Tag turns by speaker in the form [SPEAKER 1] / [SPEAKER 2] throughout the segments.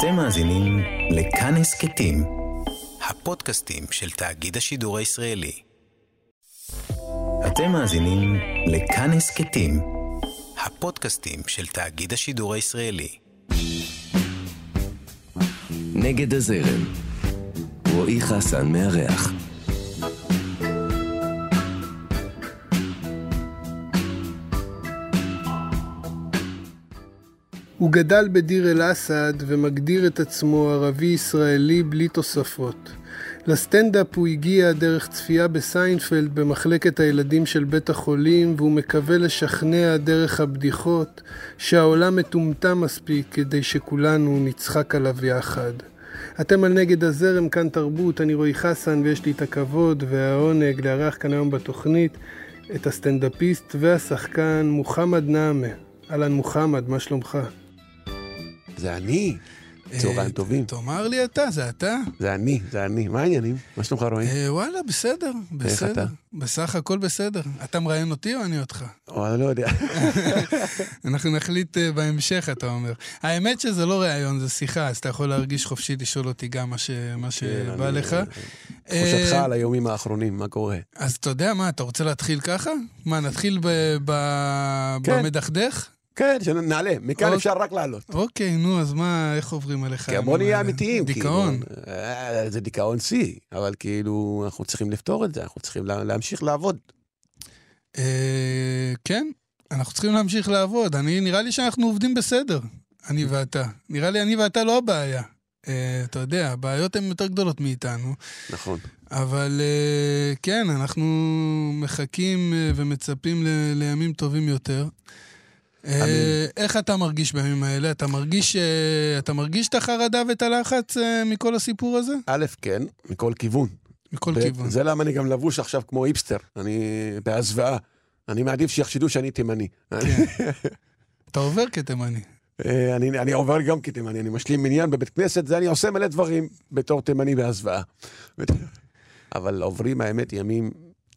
[SPEAKER 1] אתם מאזינים לכאן הסכתים, הפודקאסטים של תאגיד השידור הישראלי. אתם מאזינים לכאן הסכתים, הפודקאסטים של תאגיד השידור הישראלי.
[SPEAKER 2] נגד הזרם, רועי חסן מארח.
[SPEAKER 3] הוא גדל בדיר אל-אסד ומגדיר את עצמו ערבי-ישראלי בלי תוספות. לסטנדאפ הוא הגיע דרך צפייה בסיינפלד במחלקת הילדים של בית החולים, והוא מקווה לשכנע דרך הבדיחות שהעולם מטומטם מספיק כדי שכולנו נצחק עליו יחד. אתם על נגד הזרם, כאן תרבות, אני רועי חסן ויש לי את הכבוד והעונג לארח כאן היום בתוכנית את הסטנדאפיסט והשחקן מוחמד נעמה. אהלן מוחמד, מה שלומך?
[SPEAKER 4] זה אני. צהריים טובים.
[SPEAKER 3] תאמר לי אתה, זה אתה?
[SPEAKER 4] זה אני. מה העניינים? מה שלומך רועי?
[SPEAKER 3] וואלה, בסדר.
[SPEAKER 4] איך אתה?
[SPEAKER 3] בסך הכל בסדר. אתה מראיין אותי או אני אותך?
[SPEAKER 4] אני לא יודע.
[SPEAKER 3] אנחנו נחליט בהמשך, אתה אומר. האמת שזה לא ראיון, זה שיחה, אז אתה יכול להרגיש חופשי לשאול אותי גם מה שבא לך.
[SPEAKER 4] תחושתך על היומים האחרונים, מה קורה?
[SPEAKER 3] אז אתה יודע מה, אתה רוצה להתחיל ככה? מה, נתחיל במדחדך?
[SPEAKER 4] כן, שנעלה, מכאן אפשר רק לעלות.
[SPEAKER 3] אוקיי, נו, אז מה, איך עוברים עליך?
[SPEAKER 4] כי בוא נהיה אמיתיים.
[SPEAKER 3] דיכאון.
[SPEAKER 4] זה דיכאון C, אבל כאילו, אנחנו צריכים לפתור את זה, אנחנו צריכים להמשיך לעבוד.
[SPEAKER 3] כן, אנחנו צריכים להמשיך לעבוד. נראה לי שאנחנו עובדים בסדר, אני ואתה. נראה לי אני ואתה לא הבעיה. אתה יודע, הבעיות הן יותר גדולות מאיתנו.
[SPEAKER 4] נכון.
[SPEAKER 3] אבל כן, אנחנו מחכים ומצפים לימים טובים יותר. איך אתה מרגיש בימים האלה? אתה מרגיש את החרדה ואת הלחץ מכל הסיפור הזה?
[SPEAKER 4] א', כן, מכל כיוון.
[SPEAKER 3] מכל כיוון.
[SPEAKER 4] זה למה אני גם לבוש עכשיו כמו היפסטר. אני בהזוואה. אני מעדיף שיחשדו שאני תימני.
[SPEAKER 3] אתה עובר כתימני.
[SPEAKER 4] אני עובר גם כתימני. אני משלים מניין בבית כנסת, זה אני עושה מלא דברים בתור תימני בהזוואה. אבל עוברים האמת ימים,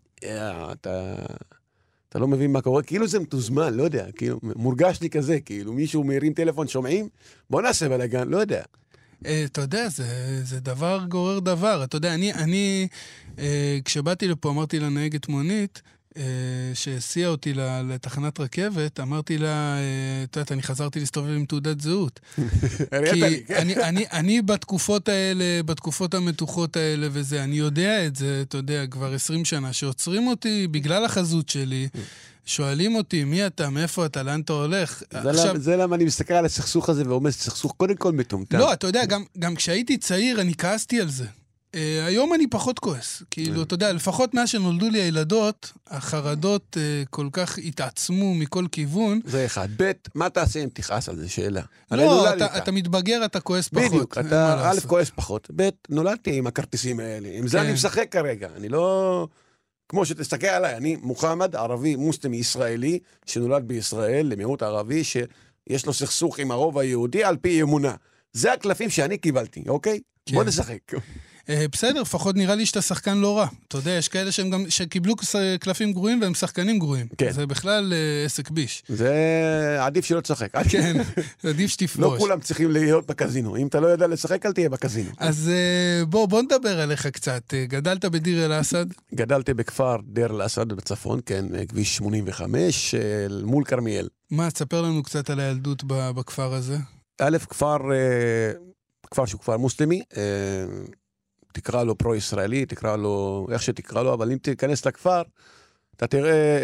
[SPEAKER 4] אתה לא מבין מה קורה, כאילו זה מתוזמן, לא יודע, כאילו מורגש לי כזה, כאילו מישהו מרים טלפון, שומעים, בוא נעשה בלגן, לא יודע.
[SPEAKER 3] אתה יודע, זה דבר גורר דבר, אתה יודע, אני כשבאתי לפה, אמרתי לנהגת מונית, שהסיעה אותי לתחנת רכבת, אמרתי לה, אתה יודע, אני חזרתי להסתובב עם תעודת זהות. כי אני בתקופות האלה, בתקופות המתוחות האלה וזה, אני יודע את זה, אתה יודע, כבר 20 שנה, שעוצרים אותי בגלל החזות שלי, שואלים אותי, מי אתה, מאיפה אתה, לאן אתה הולך?
[SPEAKER 4] זה למה אני מסתכל על הסכסוך הזה ואומר, סכסוך קודם כל מטומטם.
[SPEAKER 3] לא, אתה יודע, גם כשהייתי צעיר, אני כעסתי על זה. היום אני פחות כועס, כאילו, אתה יודע, לפחות מאז שנולדו לי הילדות, החרדות כל כך התעצמו מכל כיוון.
[SPEAKER 4] זה אחד. ב', מה תעשה אם תכעס על זה? שאלה.
[SPEAKER 3] לא, אתה מתבגר, אתה כועס פחות.
[SPEAKER 4] בדיוק, אתה א' כועס פחות, ב', נולדתי עם הכרטיסים האלה, עם זה אני משחק כרגע, אני לא... כמו שתסתכל עליי, אני מוחמד, ערבי, מוסלמי, ישראלי, שנולד בישראל, למיעוט ערבי, שיש לו סכסוך עם הרוב היהודי על פי אמונה. זה הקלפים שאני קיבלתי, אוקיי? בוא נשחק.
[SPEAKER 3] בסדר, לפחות נראה לי שאתה שחקן לא רע. אתה יודע, יש כאלה שקיבלו קלפים גרועים והם שחקנים גרועים. זה בכלל עסק ביש.
[SPEAKER 4] זה עדיף שלא תשחק.
[SPEAKER 3] כן, עדיף שתפרוש.
[SPEAKER 4] לא כולם צריכים להיות בקזינו. אם אתה לא יודע לשחק, אל תהיה בקזינו.
[SPEAKER 3] אז בוא נדבר עליך קצת. גדלת בדיר אל-אסד?
[SPEAKER 4] גדלתי בכפר דיר אל-אסד בצפון, כן, כביש 85, מול כרמיאל.
[SPEAKER 3] מה, תספר לנו קצת על הילדות בכפר הזה.
[SPEAKER 4] א', כפר שהוא כפר מוסלמי, תקרא לו פרו-ישראלי, תקרא לו איך שתקרא לו, אבל אם תיכנס לכפר, אתה תראה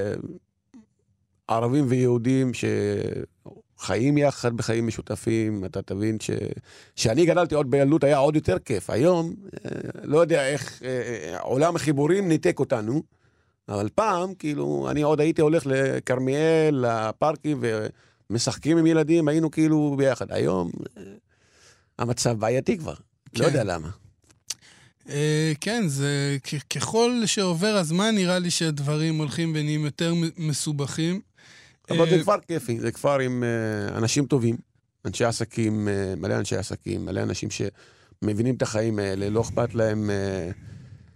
[SPEAKER 4] ערבים ויהודים שחיים יחד בחיים משותפים, אתה תבין שאני גדלתי עוד בילדות היה עוד יותר כיף. היום, לא יודע איך, עולם החיבורים ניתק אותנו, אבל פעם, כאילו, אני עוד הייתי הולך לכרמיאל, לפארקים, ומשחקים עם ילדים, היינו כאילו ביחד. היום, המצב בעייתי כבר, לא יודע למה.
[SPEAKER 3] כן, זה ככל שעובר הזמן נראה לי שהדברים הולכים ונהיים יותר מסובכים.
[SPEAKER 4] אבל זה כפר כיפי, זה כפר עם אנשים טובים, אנשי עסקים, מלא אנשי עסקים, מלא אנשים שמבינים את החיים האלה, לא אכפת להם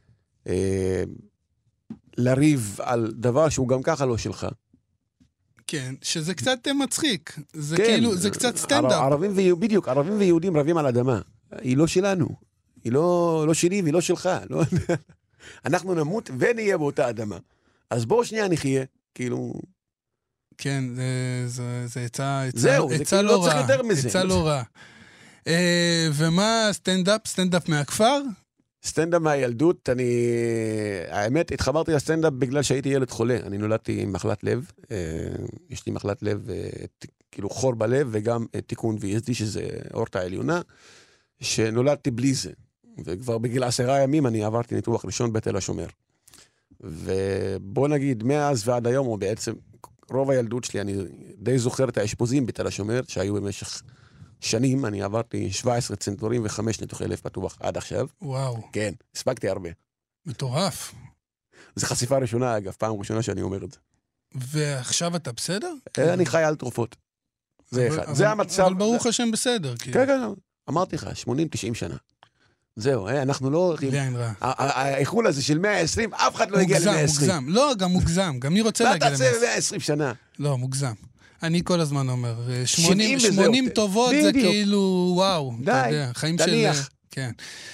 [SPEAKER 4] לריב על דבר שהוא גם ככה לא שלך.
[SPEAKER 3] כן, שזה קצת מצחיק. זה כאילו, זה קצת סטנדאפ.
[SPEAKER 4] בדיוק, ערבים ויהודים רבים על אדמה. היא לא שלנו. היא לא שלי והיא לא שלך. אנחנו נמות ונהיה באותה אדמה. אז בואו שנייה נחיה, כאילו...
[SPEAKER 3] כן, זה עצה
[SPEAKER 4] לא צריך יותר מזה.
[SPEAKER 3] עצה לא רע. ומה סטנדאפ? סטנדאפ מהכפר?
[SPEAKER 4] סטנדאפ מהילדות, האמת, התחברתי לסטנדאפ בגלל שהייתי ילד חולה. אני נולדתי עם מחלת לב, יש לי מחלת לב, כאילו חור בלב, וגם תיקון VSD, שזה אורטה העליונה, שנולדתי בלי זה. וכבר בגיל 10 ימים אני עברתי ניתוח ראשון בתל השומר. ובוא נגיד, מאז ועד היום, או בעצם רוב הילדות שלי, אני די זוכר את האשפוזים בתל השומר, שהיו במשך שנים, אני עברתי 17 צנתורים ו5 ניתוחי לב פתוח עד עכשיו.
[SPEAKER 3] וואו.
[SPEAKER 4] כן, הספקתי הרבה.
[SPEAKER 3] מטורף.
[SPEAKER 4] זו חשיפה ראשונה, אגב, פעם ראשונה שאני אומר את זה.
[SPEAKER 3] ועכשיו אתה בסדר?
[SPEAKER 4] אני חי על תרופות. זה אחד. זה המצב.
[SPEAKER 3] אבל ברוך השם בסדר.
[SPEAKER 4] כן, כן, אמרתי לך, 80-90 שנה. זהו, אנחנו לא...
[SPEAKER 3] בלי עין רע.
[SPEAKER 4] האיחול הזה של 120, אף אחד לא הגיע ל-120.
[SPEAKER 3] מוגזם, לא, גם מוגזם. גם מי רוצה להגיע ל-120.
[SPEAKER 4] אתה תעשה ב-120 שנה.
[SPEAKER 3] לא, מוגזם. אני כל הזמן אומר, 80 טובות זה כאילו, וואו.
[SPEAKER 4] די, תניח.
[SPEAKER 3] כן.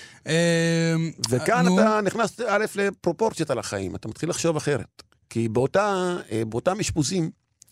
[SPEAKER 4] וכאן אתה נכנס א' לפרופורציות על החיים, אתה מתחיל לחשוב אחרת. כי באותם אשפוזים,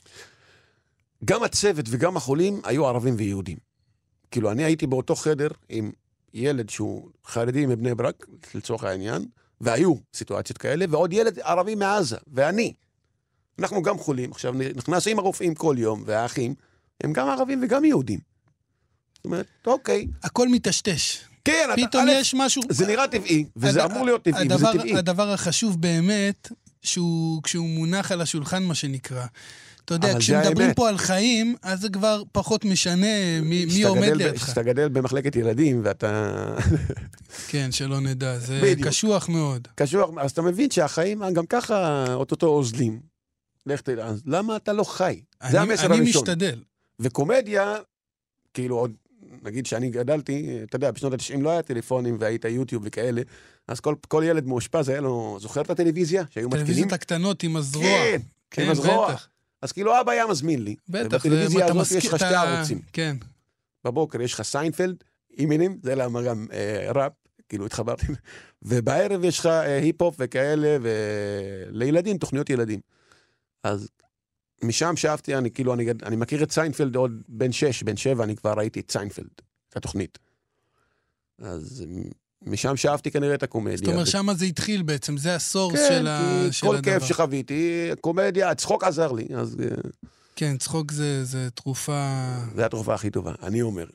[SPEAKER 4] גם הצוות וגם החולים היו ערבים ויהודים. כאילו, אני הייתי באותו חדר עם ילד שהוא חרדי מבני ברק, לצורך העניין, והיו סיטואציות כאלה, ועוד ילד ערבי מעזה, ואני. אנחנו גם חולים, עכשיו נכנס עם הרופאים כל יום, והאחים, הם גם ערבים וגם יהודים. זאת אומרת, אוקיי.
[SPEAKER 3] הכל מתשתש.
[SPEAKER 4] כן,
[SPEAKER 3] פתאום יש משהו...
[SPEAKER 4] זה נראה טבעי, וזה אמור להיות טבעי, וזה טבעי.
[SPEAKER 3] הדבר החשוב באמת, כשהוא מונח על השולחן, מה שנקרא. אתה יודע, כשמדברים פה על חיים, אז זה כבר פחות משנה מי עומד לידך.
[SPEAKER 4] כשאתה גדל במחלקת ילדים, ואתה...
[SPEAKER 3] כן, שלא נדע, זה קשוח מאוד.
[SPEAKER 4] קשוח, אז אתה מבין שהחיים גם ככה אותו אוזלים. לך תדע, אז למה אתה לא חי? זה המסר הראשון.
[SPEAKER 3] אני משתדל.
[SPEAKER 4] וקומדיה, כאילו עוד, נגיד שאני גדלתי, אתה יודע, בשנות ה-90 לא היה טלפונים, והיית יוטיוב וכאלה, אז כל ילד מאושפז היה לו, זוכר את הטלוויזיה?
[SPEAKER 3] טלוויזיות הקטנות עם הזרוע.
[SPEAKER 4] כן, עם הזרוע. אז כאילו אבא היה מזמין לי.
[SPEAKER 3] בטח.
[SPEAKER 4] ובטלוויזיה הזאת יש לך 2 ערוצים.
[SPEAKER 3] כן.
[SPEAKER 4] בבוקר יש לך סיינפלד, אימינים, זה למה גם ראפ, כאילו התחברתי. ובערב יש לך היפ-הופ וכאלה, ולילדים, תוכניות ילדים. אז משם שאפתי, אני מכיר את סיינפלד עוד בן 6, בן 7, אני כבר ראיתי את סיינפלד, את התוכנית. אז משם שאפתי כנראה את הקומדיה.
[SPEAKER 3] זאת אומרת, שמה זה התחיל בעצם, זה הסורס של הדבר.
[SPEAKER 4] כן, כל כיף שחוויתי, קומדיה, צחוק עזר לי.
[SPEAKER 3] כן, צחוק זה תרופה...
[SPEAKER 4] זה התרופה הכי טובה, אני אומר.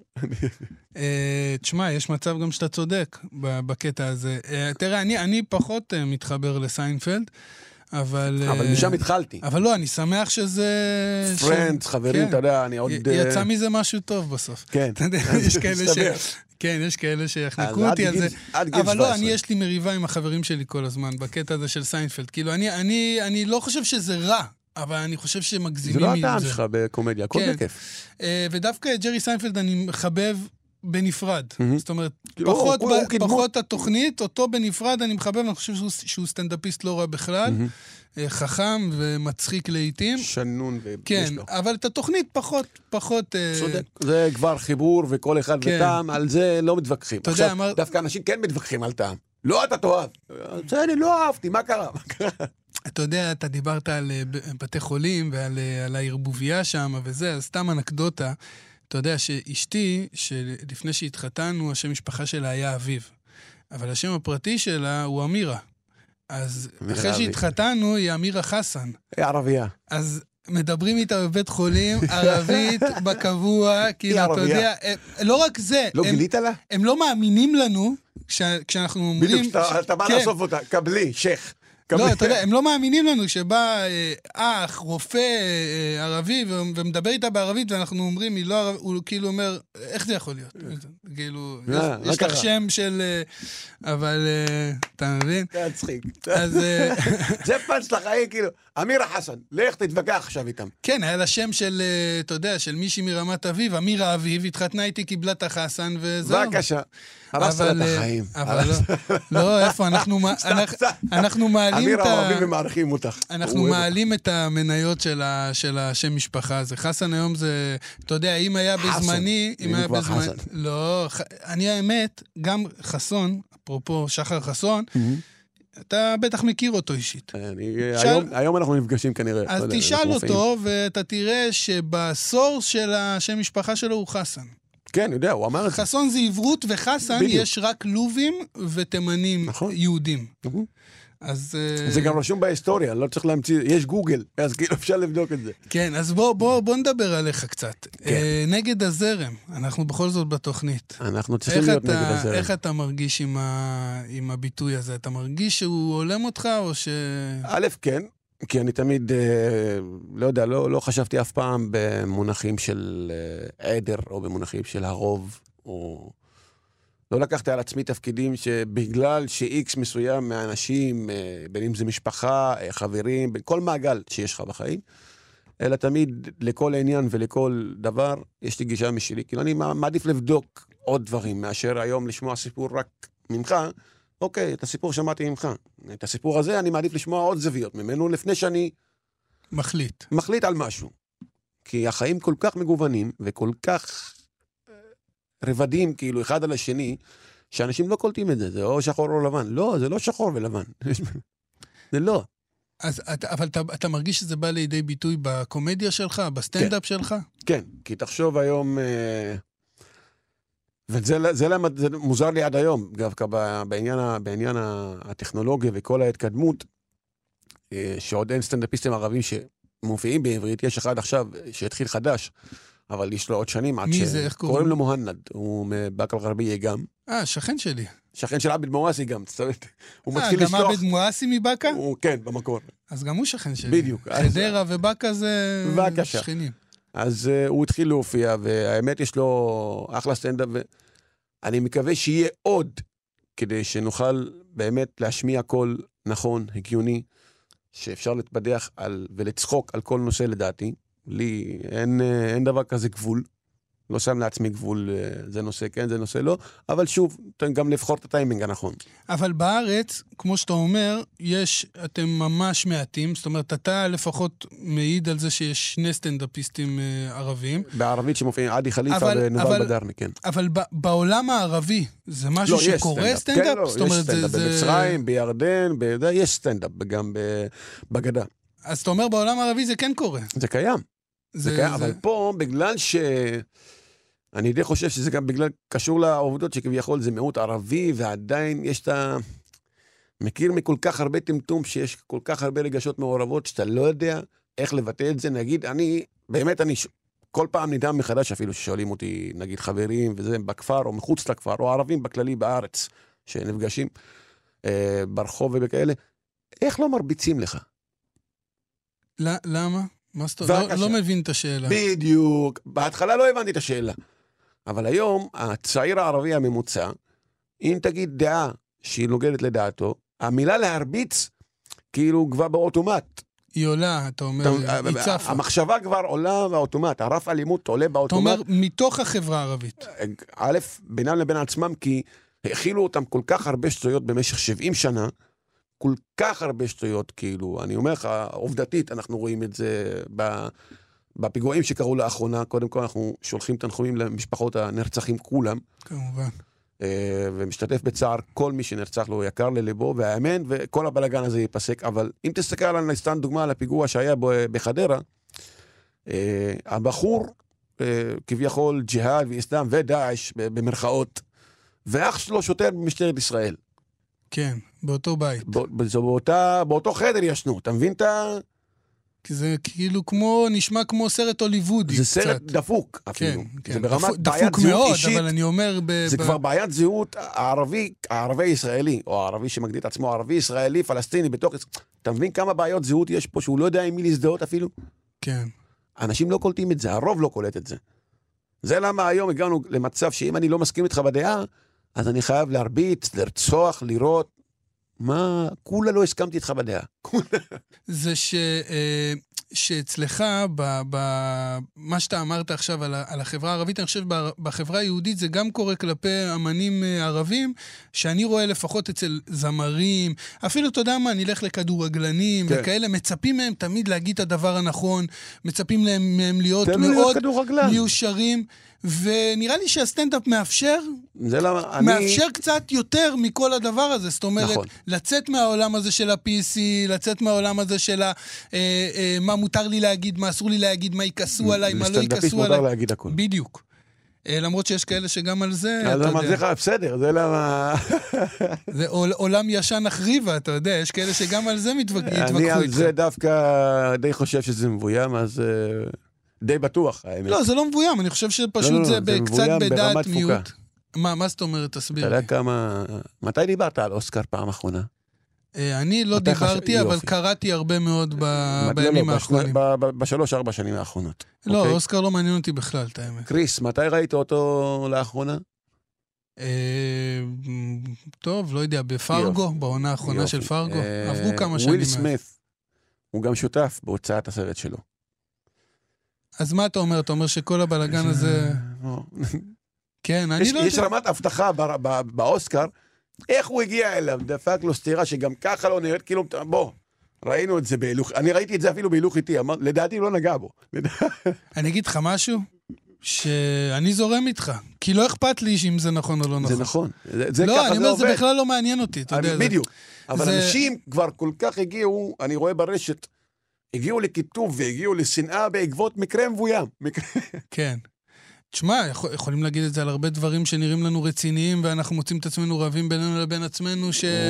[SPEAKER 3] תשמע, יש מצב גם שאתה צודק בקטע הזה. תראה, אני פחות מתחבר לסיינפלד, אבל
[SPEAKER 4] משם התחלתי.
[SPEAKER 3] אבל לא, אני שמח שזה...
[SPEAKER 4] פרנדס, חברים, אתה יודע, אני עוד...
[SPEAKER 3] יצא מזה משהו טוב בסוף.
[SPEAKER 4] כן.
[SPEAKER 3] אתה יודע, יש כאלה כן, יש כאלה שיחנקו אותי על זה. אבל לא, יש לי מריבה עם החברים שלי כל הזמן, בקטע הזה של סיינפלד. כאילו, אני לא חושב שזה רע, אבל אני חושב שמגזימים עם זה.
[SPEAKER 4] זה לא הטעם שלך בקומדיה, הכל בכיף.
[SPEAKER 3] ודווקא את ג'רי סיינפלד אני מחבב בנפרד. זאת אומרת, פחות התוכנית, אותו בנפרד אני מחבב, אני חושב שהוא סטנדאפיסט לא רע בכלל, חכם ומצחיק לעתים.
[SPEAKER 4] שנון
[SPEAKER 3] כן, אבל את התוכנית פחות...
[SPEAKER 4] צודק. זה כבר חיבור וכל אחד וטעם, על זה לא מתווכחים. עכשיו, דווקא אנשים כן מתווכחים על טעם. לא, אתה תאהב. זה אני לא אהבתי, מה קרה?
[SPEAKER 3] אתה יודע, אתה דיברת על בתי חולים ועל הערבוביה שם וזה, אז סתם אנקדוטה. אתה יודע שאשתי, שלפני שהתחתנו, השם משפחה שלה היה אביב. אבל השם הפרטי שלה הוא אמירה. אז אחרי שהתחתנו, היא אמירה חסן.
[SPEAKER 4] היא ערבייה.
[SPEAKER 3] אז מדברים איתה בבית חולים, ערבית, בקבוע, כאילו, אתה יודע, לא רק זה.
[SPEAKER 4] לא גילית לה?
[SPEAKER 3] הם לא מאמינים לנו, כשאנחנו אומרים...
[SPEAKER 4] בדיוק, אתה בא לאסוף אותה, קבלי, שייך.
[SPEAKER 3] לא, אתה יודע, הם לא מאמינים לנו שבא אח, רופא ערבי, ומדבר איתה בערבית, ואנחנו אומרים, הוא כאילו אומר, איך זה יכול להיות? כאילו, יש לך שם של... אבל, אתה מבין?
[SPEAKER 4] זה מצחיק.
[SPEAKER 3] אז...
[SPEAKER 4] זה פנץ לחיים, כאילו, אמירה חסן, לך תתווכח עכשיו איתם.
[SPEAKER 3] כן, היה לה שם של, אתה יודע, של מישהי מרמת אביב, אמירה אביב, התחתנה איתי, קיבלה את החסן, וזהו.
[SPEAKER 4] בבקשה. הרסת לה את החיים.
[SPEAKER 3] אבל לא, איפה, אנחנו מעלים את
[SPEAKER 4] אמירה אוהבים ומערכים אותך.
[SPEAKER 3] אנחנו מעלים את המניות של השם משפחה הזה. חסן היום זה, אתה יודע, אם היה בזמני...
[SPEAKER 4] אם היה בזמני...
[SPEAKER 3] לא, אני האמת, גם חסון, אפרופו שחר חסון, אתה בטח מכיר אותו אישית.
[SPEAKER 4] היום אנחנו נפגשים כנראה.
[SPEAKER 3] אז תשאל אותו, ואתה תראה שבסור של השם משפחה שלו הוא חסן.
[SPEAKER 4] כן, יודע, הוא אמר את זה.
[SPEAKER 3] חסון זה עברות, וחסן יש רק לובים ותימנים יהודים. אז...
[SPEAKER 4] זה גם רשום בהיסטוריה, לא צריך להמציא, יש גוגל, אז כאילו אפשר לבדוק את זה.
[SPEAKER 3] כן, אז בוא נדבר עליך קצת. נגד הזרם, אנחנו בכל זאת בתוכנית.
[SPEAKER 4] אנחנו צריכים להיות נגד הזרם.
[SPEAKER 3] איך אתה מרגיש עם הביטוי הזה? אתה מרגיש שהוא עולם אותך או ש...
[SPEAKER 4] א', כן, כי אני תמיד, לא יודע, לא חשבתי אף פעם במונחים של עדר, או במונחים של הרוב, או... לא לקחתי על עצמי תפקידים שבגלל ש-X מסוים מהאנשים, בין אם זה משפחה, חברים, בכל מעגל שיש לך בחיים, אלא תמיד לכל עניין ולכל דבר יש לי גישה משלי. כאילו אני מעדיף לבדוק עוד דברים מאשר היום לשמוע סיפור רק ממך. אוקיי, את הסיפור שמעתי ממך. את הסיפור הזה אני מעדיף לשמוע עוד זוויות ממנו לפני שאני... מחליט על משהו. כי החיים כל כך מגוונים וכל כך... רבדים, כאילו, אחד על השני, שאנשים לא קולטים את זה, זה או שחור או לבן. לא, זה לא שחור ולבן. זה לא.
[SPEAKER 3] אבל אתה מרגיש שזה בא לידי ביטוי בקומדיה שלך, בסטנדאפ שלך?
[SPEAKER 4] כן, כי תחשוב היום, וזה מוזר לי עד היום, דווקא בעניין הטכנולוגיה וכל ההתקדמות, שעוד אין סטנדאפיסטים ערבים שמופיעים בעברית, יש אחד עכשיו שהתחיל חדש, אבל יש לו עוד שנים עד
[SPEAKER 3] מי זה? איך
[SPEAKER 4] קוראים לו מוהנד, הוא מבאקה אל-גרבייה גם.
[SPEAKER 3] שכן שלי.
[SPEAKER 4] שכן של עבד מואסי גם, הוא מתחיל לשלוח.
[SPEAKER 3] גם עבד מואסי מבאקה?
[SPEAKER 4] כן, במקור.
[SPEAKER 3] אז גם הוא שכן שלי.
[SPEAKER 4] בדיוק.
[SPEAKER 3] חדרה ובאקה זה שכנים.
[SPEAKER 4] אז הוא התחיל להופיע, והאמת יש לו אחלה סטנדאפ, ואני מקווה שיהיה עוד, כדי שנוכל באמת להשמיע קול נכון, הגיוני, שאפשר להתבדח ולצחוק על כל נושא לדעתי. לי אין דבר כזה גבול, לא שם לעצמי גבול, זה נושא כן, זה נושא לא, אבל שוב, גם לבחור את הטיימינג הנכון.
[SPEAKER 3] אבל בארץ, כמו שאתה אומר, אתם ממש מעטים, זאת אומרת, אתה לפחות מעיד על זה שיש שני סטנדאפיסטים ערבים.
[SPEAKER 4] בערבית שמופיעים עדי חליפה ונובל בדרני, כן.
[SPEAKER 3] אבל בעולם הערבי, זה משהו שקורה סטנדאפ?
[SPEAKER 4] כן, לא, יש סטנדאפ במצרים, בירדן, יש סטנדאפ גם בגדה.
[SPEAKER 3] אז אתה אומר, בעולם הערבי זה כן קורה.
[SPEAKER 4] זה קיים. זה קיים, אבל פה, בגלל אני די חושב שזה גם בגלל קשור לעובדות שכביכול זה מיעוט ערבי, ועדיין יש מכיר מכל כך הרבה טמטום, שיש כל כך הרבה רגשות מעורבות, שאתה לא יודע איך לבטא את זה. נגיד, באמת אני כל פעם נדהם מחדש, אפילו ששואלים אותי, נגיד חברים, וזה בכפר או מחוץ לכפר, או ערבים בכללי בארץ, שנפגשים ברחוב ובכאלה, איך לא מרביצים לך?
[SPEAKER 3] למה? לא מבין את השאלה.
[SPEAKER 4] בדיוק. בהתחלה לא הבנתי את השאלה. אבל היום, הצעיר הערבי הממוצע, אם תגיד דעה שהיא נוגדת לדעתו, המילה להרביץ, כאילו כבר באוטומט.
[SPEAKER 3] היא עולה, אתה אומר, היא צפה.
[SPEAKER 4] המחשבה כבר עולה באוטומט, הרף אלימות עולה באוטומט.
[SPEAKER 3] אתה אומר, מתוך החברה הערבית.
[SPEAKER 4] א', בינם לבין עצמם, כי הכילו אותם כל כך הרבה שטויות במשך 70 שנה, כל כך הרבה שטויות, כאילו, אני אומר לך, עובדתית, אנחנו רואים את זה בפיגועים שקראו לאחרונה, קודם כל אנחנו שולחים תנחומים למשפחות הנרצחים כולם.
[SPEAKER 3] כמובן.
[SPEAKER 4] ומשתתף בצער כל מי שנרצח לו יקר לליבו, והאמן, וכל הבלגן הזה ייפסק, אבל אם תסתכל על סתם דוגמה על הפיגוע שהיה בחדרה, הבחור, כביכול ג'יהאד ואסלאם ודאעש במרכאות, ואח שלו שוטר במשטרת ישראל.
[SPEAKER 3] כן, באותו בית.
[SPEAKER 4] באותו חדר ישנו, אתה מבין את ה...
[SPEAKER 3] כי זה כאילו נשמע כמו סרט הוליוודי.
[SPEAKER 4] זה סרט דפוק אפילו.
[SPEAKER 3] כן,
[SPEAKER 4] זה ברמת בעיית זהות אישית.
[SPEAKER 3] אבל אני אומר...
[SPEAKER 4] זה כבר בעיית זהות הערבי ישראלי, או הערבי שמגדיר את עצמו ערבי ישראלי, פלסטיני, בתוך... אתה מבין כמה בעיות זהות יש פה, שהוא לא יודע עם מי להזדהות אפילו?
[SPEAKER 3] כן.
[SPEAKER 4] אנשים לא קולטים את זה, הרוב לא קולט את זה. זה למה היום הגענו למצב שאם אני לא מסכים איתך בדעה, אז אני חייב להרביץ, לרצוח, לראות, מה, כולה לא הסכמתי איתך בדעה.
[SPEAKER 3] זה שאצלך, מה שאתה אמרת עכשיו על החברה הערבית, אני חושב בחברה היהודית זה גם קורה כלפי אמנים ערבים, שאני רואה לפחות אצל זמרים, אפילו אתה יודע מה, נלך לכדורגלנים, וכאלה, מצפים מהם תמיד להגיד את הדבר הנכון, מצפים מהם להיות מאוד מיושרים, ונראה לי שהסטנדאפ מאפשר קצת יותר מכל הדבר הזה, זאת אומרת, לצאת מהעולם הזה של ה-PC, לצאת מהעולם הזה של מה מותר לי להגיד, מה אסור לי להגיד, מה יקסו עליי, מה לא יקסו עליי.
[SPEAKER 4] להגיד הכל.
[SPEAKER 3] בדיוק. למרות שיש כאלה שגם על זה,
[SPEAKER 4] אתה יודע. בסדר, זה למה...
[SPEAKER 3] זה עולם ישן אחריבה, אתה יודע, יש כאלה שגם על זה יתווכחו איתך.
[SPEAKER 4] אני על זה דווקא די חושב שזה מבוים, אז... די בטוח, האמת.
[SPEAKER 3] לא, זה לא מבוים, אני חושב שפשוט זה קצת בדעת מיעוט. מה זאת אומרת, תסביר לי.
[SPEAKER 4] אתה יודע כמה... מתי דיברת על אוסקר פעם אחרונה?
[SPEAKER 3] אני לא דיברתי, אבל קראתי הרבה מאוד בימים האחרונים.
[SPEAKER 4] ב3-4 שנים האחרונות.
[SPEAKER 3] לא, אוסקר לא מעניין אותי בכלל, את האמת.
[SPEAKER 4] קריס, מתי ראית אותו לאחרונה?
[SPEAKER 3] טוב, לא יודע, בפרגו, בעונה האחרונה של פרגו. עברו כמה שנים.
[SPEAKER 4] וויל סמית, הוא גם שותף בהוצאת הסרט שלו.
[SPEAKER 3] אז מה אתה אומר? אתה אומר שכל הבלגן הזה... כן, אני לא יודע.
[SPEAKER 4] יש רמת הבטחה באוסקר, איך הוא הגיע אליו? דפק לו סתירה שגם ככה לא נראית, כאילו, בוא, ראינו את זה בהילוך, אני ראיתי את זה אפילו בהילוך איתי, לדעתי לא נגע בו.
[SPEAKER 3] אני אגיד לך משהו, שאני זורם איתך, כי לא אכפת לי אם זה נכון או לא נכון.
[SPEAKER 4] זה נכון.
[SPEAKER 3] לא, אני אומר, זה בכלל לא מעניין אותי, אתה יודע.
[SPEAKER 4] בדיוק. אבל אנשים כבר כל כך הגיעו, אני רואה ברשת, הגיעו לכיתוב והגיעו לשנאה בעקבות מקרה מבוים.
[SPEAKER 3] כן. תשמע, יכולים להגיד את זה על הרבה דברים שנראים לנו רציניים, ואנחנו מוצאים את עצמנו רבים בינינו לבין עצמנו,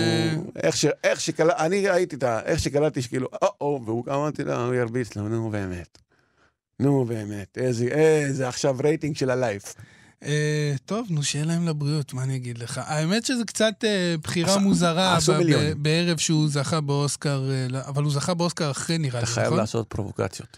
[SPEAKER 4] איך שקלטתי, אני ראיתי איך שקלטתי שכאילו, והוא אמרתי לה, הוא ירביץ לו, נו באמת, איזה עכשיו רייטינג של הלייף.
[SPEAKER 3] טוב, נו, שיהיה להם לבריאות, מה אני אגיד לך? האמת שזה קצת בחירה מוזרה בערב שהוא זכה באוסקר, אבל הוא זכה באוסקר אחרי נראה לי,
[SPEAKER 4] אתה חייב לעשות פרובוקציות.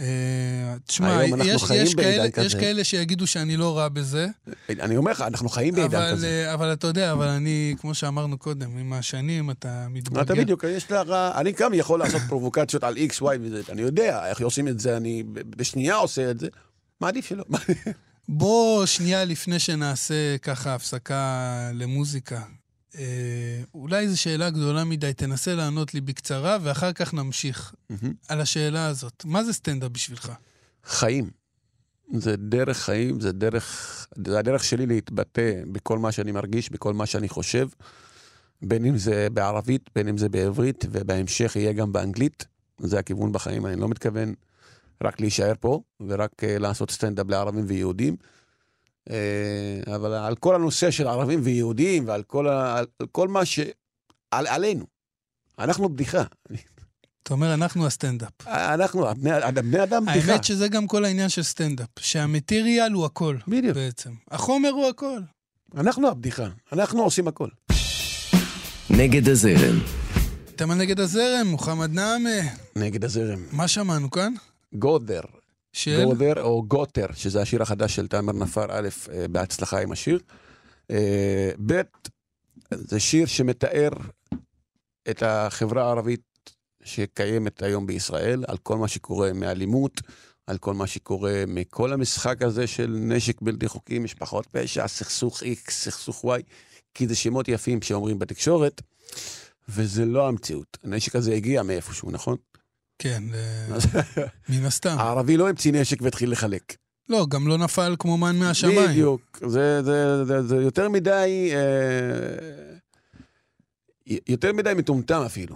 [SPEAKER 3] תשמע, יש כאלה שיגידו שאני לא רע בזה.
[SPEAKER 4] אני אומר לך, אנחנו חיים בעידן כזה.
[SPEAKER 3] אבל אתה יודע, אבל אני, כמו שאמרנו קודם, עם השנים אתה מתבגר.
[SPEAKER 4] אתה בדיוק, אני גם יכול לעשות פרובוקציות על X, Y וזה, אני יודע איך עושים את זה, אני בשנייה עושה את זה, מה עדיף שלא?
[SPEAKER 3] בוא שנייה לפני שנעשה ככה הפסקה למוזיקה. אולי זו שאלה גדולה מדי, תנסה לענות לי בקצרה, ואחר כך נמשיך על השאלה הזאת. מה זה סטנדאפ בשבילך?
[SPEAKER 4] חיים. זה דרך חיים, זה הדרך שלי להתבטא בכל מה שאני מרגיש, בכל מה שאני חושב, בין אם זה בערבית, בין אם זה בעברית, ובהמשך יהיה גם באנגלית. זה הכיוון בחיים, אני לא מתכוון רק להישאר פה, ורק לעשות סטנדאפ לערבים ויהודים. אבל על כל הנושא של ערבים ויהודים, ועל כל מה עלינו. אנחנו בדיחה.
[SPEAKER 3] אתה אומר, אנחנו הסטנדאפ.
[SPEAKER 4] אנחנו, בני אדם בדיחה.
[SPEAKER 3] האמת שזה גם כל העניין של סטנדאפ, שהמטריאל הוא הכל.
[SPEAKER 4] בדיוק.
[SPEAKER 3] בעצם. החומר הוא הכל.
[SPEAKER 4] אנחנו הבדיחה. אנחנו עושים הכל.
[SPEAKER 2] נגד הזרם.
[SPEAKER 3] אתם על נגד הזרם, מוחמד נעמה.
[SPEAKER 4] נגד הזרם.
[SPEAKER 3] מה שמענו כאן?
[SPEAKER 4] גודר.
[SPEAKER 3] של?
[SPEAKER 4] גודר או גוטר, שזה השיר החדש של תאמר נפאר, א', בהצלחה עם השיר. ב', זה שיר שמתאר את החברה הערבית שקיימת היום בישראל, על כל מה שקורה מאלימות, על כל מה שקורה מכל המשחק הזה של נשק בלתי חוקי, משפחות פשע, סכסוך X, סכסוך Y, כי זה שמות יפים שאומרים בתקשורת, וזה לא המציאות. הנשק הזה הגיע מאיפשהו, נכון?
[SPEAKER 3] כן, מן הסתם.
[SPEAKER 4] הערבי לא המציא נשק והתחיל לחלק.
[SPEAKER 3] לא, גם לא נפל כמו מן מהשמיים.
[SPEAKER 4] בדיוק, זה יותר מדי מטומטם אפילו.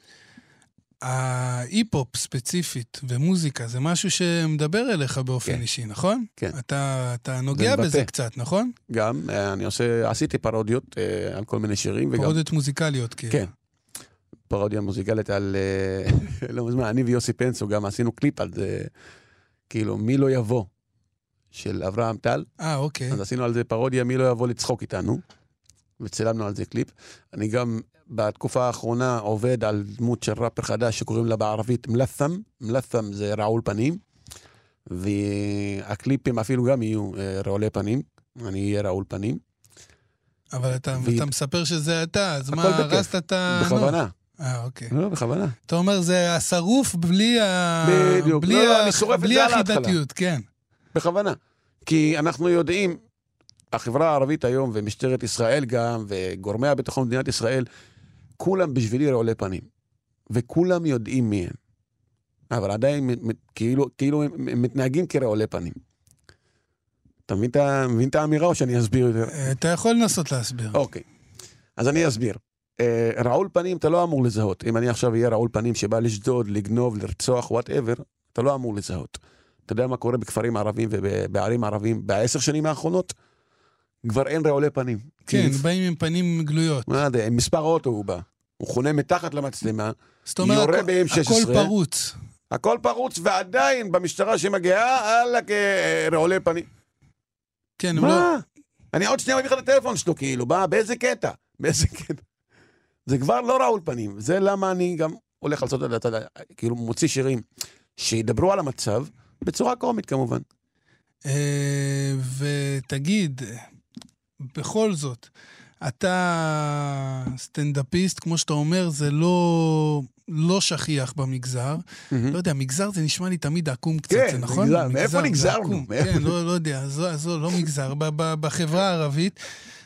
[SPEAKER 3] ההיפ-הופ ספציפית ומוזיקה זה משהו שמדבר אליך באופן אישי, נכון?
[SPEAKER 4] כן.
[SPEAKER 3] אתה נוגע בזה קצת, נכון?
[SPEAKER 4] גם, עשיתי פרודיות על כל מיני שירים.
[SPEAKER 3] פרודיות מוזיקליות, כאילו.
[SPEAKER 4] כן. פרודיה מוזיקלית על, לא מזמן, אני ויוסי פנסו גם עשינו קליפ על זה, כאילו, מי לא יבוא, של אברהם טל.
[SPEAKER 3] אוקיי.
[SPEAKER 4] אז עשינו על זה פרודיה, מי לא יבוא לצחוק איתנו, וצילמנו על זה קליפ. אני גם בתקופה האחרונה עובד על דמות של ראפר חדש שקוראים לה בערבית מלת'ם. מלת'ם זה רעול פנים, והקליפים אפילו גם יהיו רעולי פנים, אני אהיה רעול פנים.
[SPEAKER 3] אבל אתה מספר שזה אתה, אז מה, הרסת את
[SPEAKER 4] בכוונה.
[SPEAKER 3] אוקיי.
[SPEAKER 4] לא, בכוונה.
[SPEAKER 3] אתה אומר, זה השרוף בלי
[SPEAKER 4] בדיוק. אני שורף את זה על ההתחלה.
[SPEAKER 3] החידתיות, כן.
[SPEAKER 4] בכוונה. כי אנחנו יודעים, החברה הערבית היום, ומשטרת ישראל גם, וגורמי הביטחון במדינת ישראל, כולם בשבילי רעולי פנים. וכולם יודעים מי הם. אבל עדיין כאילו הם מתנהגים כרעולי פנים. אתה מבין את האמירה או שאני אסביר יותר?
[SPEAKER 3] אתה יכול לנסות להסביר.
[SPEAKER 4] אוקיי. אז אני אסביר. רעול פנים אתה לא אמור לזהות. אם אני עכשיו אהיה רעול פנים שבא לשדוד, לגנוב, לרצוח, whatever, אתה לא אמור לזהות. אתה יודע מה קורה בכפרים ערבים ובערים ערבים ב10 שנים האחרונות? כבר אין רעולי פנים.
[SPEAKER 3] כן, באים עם פנים גלויות.
[SPEAKER 4] מה יודע, עם מספר אוטו הוא בא. הוא חונה מתחת למצלמה,
[SPEAKER 3] זאת אומרת,
[SPEAKER 4] יורה ב-M16.
[SPEAKER 3] הכל פרוץ.
[SPEAKER 4] הכל פרוץ, ועדיין במשטרה שמגיעה, אללה כרעולי פנים.
[SPEAKER 3] כן,
[SPEAKER 4] מה? אני עוד שנייה מביא לך את הטלפון שלו, כאילו, באיזה קטע? באיזה קטע? זה כבר לא רעול פנים. זה למה אני גם הולך לעשות את זה, כאילו מוציא שירים שידברו על המצב, בצורה קומית כמובן.
[SPEAKER 3] ותגיד, בכל זאת, אתה סטנדאפיסט, כמו שאתה אומר, זה לא שכיח במגזר. לא יודע, מגזר זה נשמע לי תמיד עקום קצת, זה נכון?
[SPEAKER 4] כן, מאיפה נגזרנו?
[SPEAKER 3] כן, לא יודע, זו לא מגזר, בחברה הערבית.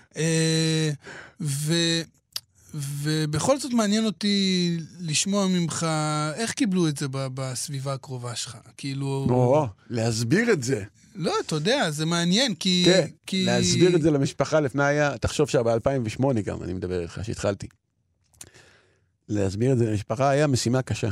[SPEAKER 3] ובכל זאת מעניין אותי לשמוע ממך, איך קיבלו את זה בסביבה הקרובה שלך? כאילו...
[SPEAKER 4] להסביר את זה.
[SPEAKER 3] לא, אתה יודע, זה מעניין, כי...
[SPEAKER 4] כן, להסביר את זה למשפחה לפני היה, תחשוב שב-2008 גם, אני מדבר איתך, שהתחלתי. להסביר את זה למשפחה היה משימה קשה.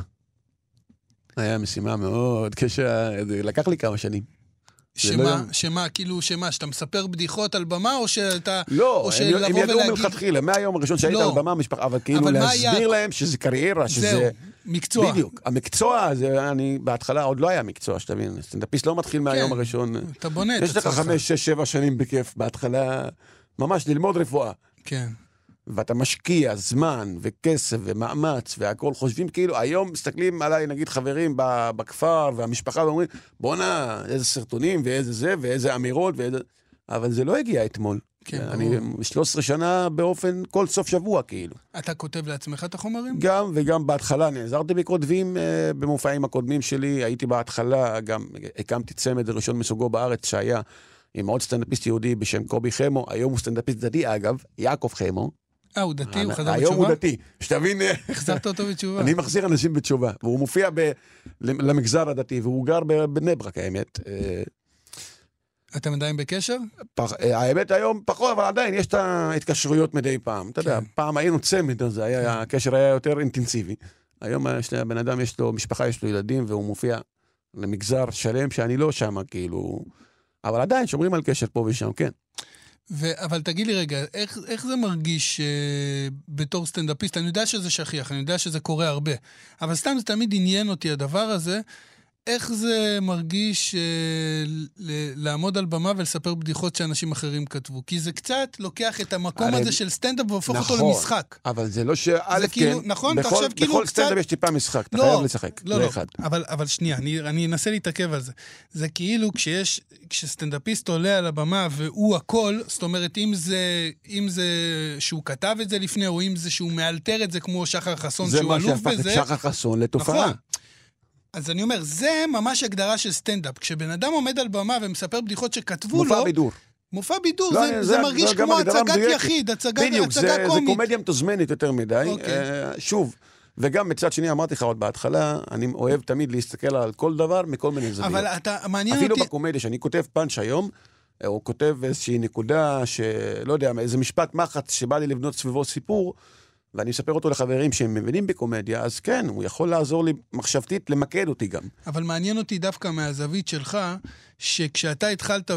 [SPEAKER 4] היה משימה מאוד קשה, זה לקח לי כמה שנים.
[SPEAKER 3] שמה, כאילו, שאתה מספר בדיחות על במה, או שאתה...
[SPEAKER 4] לא, הם ידעו מלכתחילה, מהיום הראשון שהיית על במה, אבל כאילו להסביר להם שזה קריירה, שזה...
[SPEAKER 3] זהו, מקצוע.
[SPEAKER 4] בדיוק, המקצוע הזה, אני בהתחלה עוד לא היה מקצוע, שתבין, סטנדאפיסט לא מתחיל מהיום הראשון.
[SPEAKER 3] אתה בונה את עצמך.
[SPEAKER 4] יש לך 5, 6, 7 שנים בכיף, בהתחלה, ממש ללמוד רפואה.
[SPEAKER 3] כן.
[SPEAKER 4] ואתה משקיע זמן וכסף ומאמץ והכל, חושבים כאילו, היום מסתכלים עליי, נגיד חברים בכפר והמשפחה, ואומרים, בוא'נה, איזה סרטונים ואיזה זה, ואיזה אמירות, אבל זה לא הגיע אתמול. כן, אני 13 שנה באופן כל סוף שבוע, כאילו.
[SPEAKER 3] אתה כותב לעצמך את החומרים?
[SPEAKER 4] גם, וגם בהתחלה, נעזרתי בכותבים במופעים הקודמים שלי, הייתי בהתחלה, גם הקמתי צמד ראשון מסוגו בארץ, שהיה עם עוד סטנדאפיסט יהודי בשם קובי חמו, היום הוא סטנדאפיסט דתי, אגב, יעקב חמו.
[SPEAKER 3] הוא דתי, הוא חזר בתשובה?
[SPEAKER 4] היום הוא דתי, שתבין...
[SPEAKER 3] החזרת אותו בתשובה.
[SPEAKER 4] אני מחזיר אנשים בתשובה, והוא מופיע למגזר הדתי, והוא גר בבני ברק, האמת.
[SPEAKER 3] אתם עדיין בקשר?
[SPEAKER 4] האמת היום פחות, אבל עדיין יש את ההתקשרויות מדי פעם. אתה יודע, פעם היינו צמד, אז הקשר היה יותר אינטנסיבי. היום הבן אדם יש לו משפחה, יש לו ילדים, והוא מופיע למגזר שלם שאני לא שם, כאילו... אבל עדיין שומרים על קשר פה ושם, כן.
[SPEAKER 3] אבל תגיד לי רגע, איך זה מרגיש בתור סטנדאפיסט? אני יודע שזה שכיח, אני יודע שזה קורה הרבה, אבל סתם זה תמיד עניין אותי הדבר הזה, איך זה מרגיש לעמוד על במה ולספר בדיחות שאנשים אחרים כתבו? כי זה קצת לוקח את המקום הזה של סטנדאפ והופך אותו למשחק.
[SPEAKER 4] אבל זה לא שא' כן,
[SPEAKER 3] נכון, אתה חושב כאילו
[SPEAKER 4] בכל סטנדאפ יש טיפה משחק, אתה חייב לשחק.
[SPEAKER 3] לא, אבל שנייה, אני אנסה להתעכב על זה. זה כאילו כשסטנדאפיסט עולה על הבמה והוא הכל, זאת אומרת, אם זה שהוא כתב את זה לפני, או אם זה שהוא מאלתר את זה כמו שחר חסון, שהוא אלוף בזה.
[SPEAKER 4] זה מה שהפך את שחר חסון לתופעה.
[SPEAKER 3] אז אני אומר, זה ממש הגדרה של סטנדאפ. כשבן אדם עומד על במה ומספר בדיחות שכתבו לו...
[SPEAKER 4] מופע בידור.
[SPEAKER 3] מופע בידור, זה מרגיש כמו הצגת יחיד, הצגה קומית.
[SPEAKER 4] זה קומדיה מתוזמנת יותר מדי. שוב, וגם מצד שני אמרתי לך עוד בהתחלה, אני אוהב תמיד להסתכל על כל דבר מכל מיני זוויות.
[SPEAKER 3] אבל אתה מעניין אותי...
[SPEAKER 4] אפילו בקומדיה, שאני כותב פאנץ' היום, או כותב איזושהי נקודה שלא יודע, איזה משפט מחץ שבא לי לבנות סביבו סיפור, ואני אספר אותו לחברים שהם מבינים בקומדיה, אז כן, הוא יכול לעזור לי מחשבתית, למקד אותי גם. אבל
[SPEAKER 3] מעניין אותי דווקא מהזווית שלך, שכשאתה התחלת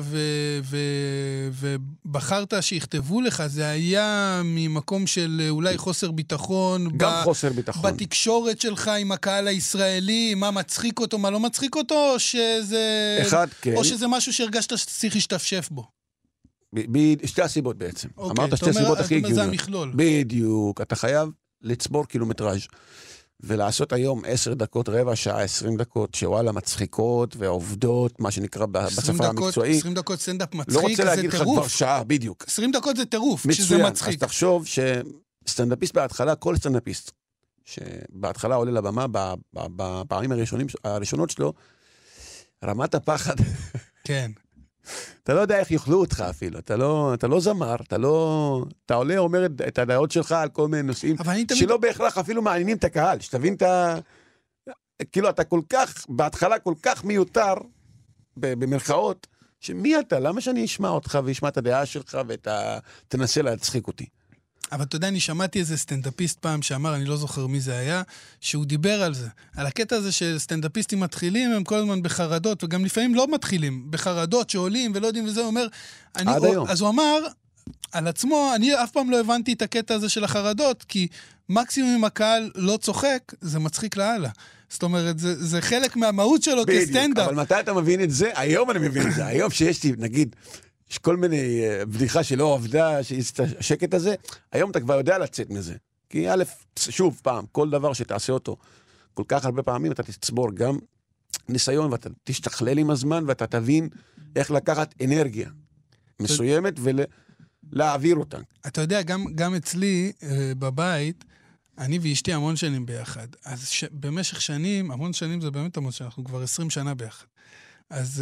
[SPEAKER 3] ובחרת שיכתבו לך, זה היה ממקום של אולי חוסר ביטחון.
[SPEAKER 4] גם חוסר ביטחון.
[SPEAKER 3] בתקשורת שלך עם הקהל הישראלי, מה מצחיק אותו, מה לא מצחיק אותו, או שזה...
[SPEAKER 4] אחד, כן.
[SPEAKER 3] או שזה משהו שהרגשת שצריך להשתפשף בו.
[SPEAKER 4] שתי הסיבות בעצם. אמרת שתי הסיבות הכי הגיוניות.
[SPEAKER 3] זה המכלול.
[SPEAKER 4] בדיוק, אתה חייב לצבור קילומטראז'. ולעשות היום 10 דקות, רבע שעה, 20 דקות, שוואלה מצחיקות ועובדות, מה שנקרא בשפה המקצועית.
[SPEAKER 3] 20 דקות סטנדאפ מצחיק,
[SPEAKER 4] לא רוצה להגיד לך
[SPEAKER 3] טירוף.
[SPEAKER 4] כבר שעה, בדיוק.
[SPEAKER 3] 20 דקות זה טירוף, כשזה מצחיק.
[SPEAKER 4] אז תחשוב שסטנדאפיסט בהתחלה, כל סטנדאפיסט, שבהתחלה עולה לבמה, בפעמים הראשונות שלו, רמת הפחד.
[SPEAKER 3] כן.
[SPEAKER 4] אתה לא יודע איך יאכלו אותך אפילו, אתה לא זמר, אתה עולה, אומר את הדעות שלך על כל מיני נושאים, שלא בהכרח אפילו מעניינים את הקהל, שתבין כאילו אתה כל כך, בהתחלה כל כך מיותר, במרכאות, שמי אתה? למה שאני אשמע אותך וישמע את הדעה שלך ותנסה להצחיק אותי?
[SPEAKER 3] אבל אתה יודע, אני שמעתי איזה סטנדאפיסט פעם שאמר, אני לא זוכר מי זה היה, שהוא דיבר על זה. על הקטע הזה שסטנדאפיסטים מתחילים, הם כל הזמן בחרדות, וגם לפעמים לא מתחילים, בחרדות שעולים ולא יודעים וזה, הוא אומר,
[SPEAKER 4] עד היום.
[SPEAKER 3] אז הוא אמר, על עצמו, אני אף פעם לא הבנתי את הקטע הזה של החרדות, כי מקסימום אם הקהל לא צוחק, זה מצחיק להלאה. זאת אומרת, זה חלק מהמהות שלו כסטנדאפ.
[SPEAKER 4] אבל מתי אתה מבין את זה? היום אני מבין את זה. היום שיש לי, נגיד, יש כל מיני בדיחה שלא עבדה, שיש את השקט הזה, היום אתה כבר יודע לצאת מזה. כי א', שוב פעם, כל דבר שתעשה אותו כל כך הרבה פעמים, אתה תצבור גם ניסיון, ואתה תשתכלל עם הזמן, ואתה תבין איך לקחת אנרגיה מסוימת ולהעביר אותה.
[SPEAKER 3] אתה יודע, גם אצלי בבית, אני ואשתי המון שנים ביחד. אז במשך שנים, המון שנים זה באמת המון שנים, אנחנו כבר 20 שנה ביחד. אז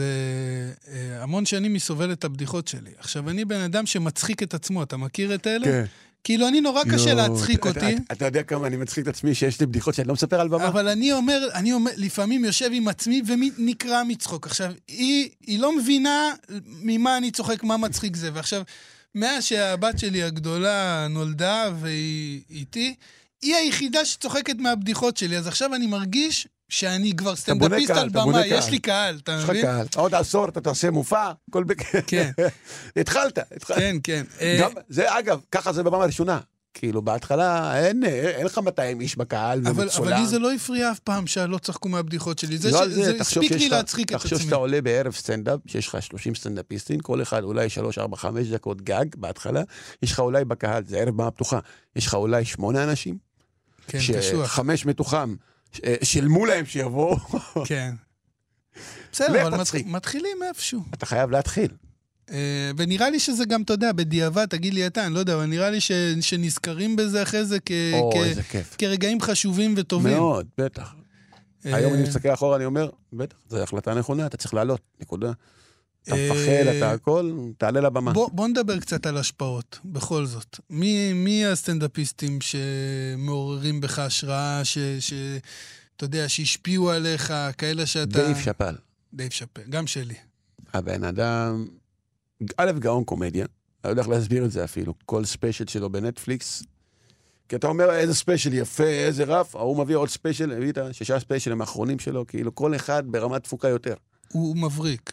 [SPEAKER 3] המון שנים היא סובלת את הבדיחות שלי. עכשיו, אני בן אדם שמצחיק את עצמו, אתה מכיר את אלה? כן. כאילו, אני נורא קשה להצחיק אותי. אתה
[SPEAKER 4] יודע כמה אני מצחיק את עצמי שיש לי בדיחות שאני לא מספר על במה?
[SPEAKER 3] אבל אני אומר, לפעמים יושב עם עצמי ונקרא מצחוק. עכשיו, היא לא מבינה ממה אני צוחק, מה מצחיק זה. ועכשיו, מאז שהבת שלי הגדולה נולדה והיא איתי, היא היחידה שצוחקת מהבדיחות שלי. אז עכשיו אני מרגיש שאני כבר סטנדאפיסט על במה, יש לי קהל, אתה מבין?
[SPEAKER 4] יש לך קהל. עוד עשור אתה תעשה מופע, כל
[SPEAKER 3] כן.
[SPEAKER 4] התחלת.
[SPEAKER 3] כן, כן.
[SPEAKER 4] זה אגב, ככה זה בבמה הראשונה. כאילו בהתחלה אין לך 200 איש בקהל ומצולם.
[SPEAKER 3] אבל לי זה לא הפריע אף פעם שלא צחקו מהבדיחות שלי. זה הספיק לי להצחיק את עצמי.
[SPEAKER 4] תחשוב שאתה עולה בערב סטנדאפ, שיש לך 30 סטנדאפיסטים, כל אחד אולי 3, 4, 5 דקות גג בהתחלה, יש לך אולי בקהל, זה ערב במה פתוחה, יש לך אולי 8 אנשים,
[SPEAKER 3] כן, קשוח.
[SPEAKER 4] 5 מתוכם שילמו להם שיבואו.
[SPEAKER 3] כן. בסדר, אבל מתחילים איפשהו.
[SPEAKER 4] אתה חייב להתחיל.
[SPEAKER 3] ונראה לי שזה גם, אתה יודע, בדיעבד, תגיד לי אתה, אני לא יודע, אבל נראה לי שנזכרים בזה אחרי זה כרגעים חשובים וטובים.
[SPEAKER 4] מאוד, בטח. היום אני מסתכל אחורה, אני אומר, בטח, זו החלטה נכונה, אתה צריך לעלות, נקודה. אתה מפחד, אתה הכל, תעלה לבמה.
[SPEAKER 3] בוא נדבר קצת על השפעות, בכל זאת. מי הסטנדאפיסטים שמעוררים בך השראה, אתה יודע, שהשפיעו עליך, כאלה שאתה... דייב שאפל, גם שלי.
[SPEAKER 4] הבן אדם, א' גאון קומדיה, אני הולך להסביר את זה אפילו, כל ספיישל שלו בנטפליקס, כי אתה אומר איזה ספיישל יפה, איזה רף, הוא מביא עוד ספיישל, הביא את 6 ספיישלים האחרונים שלו, כאילו כל אחד ברמת תפוקה יותר.
[SPEAKER 3] הוא מבריק.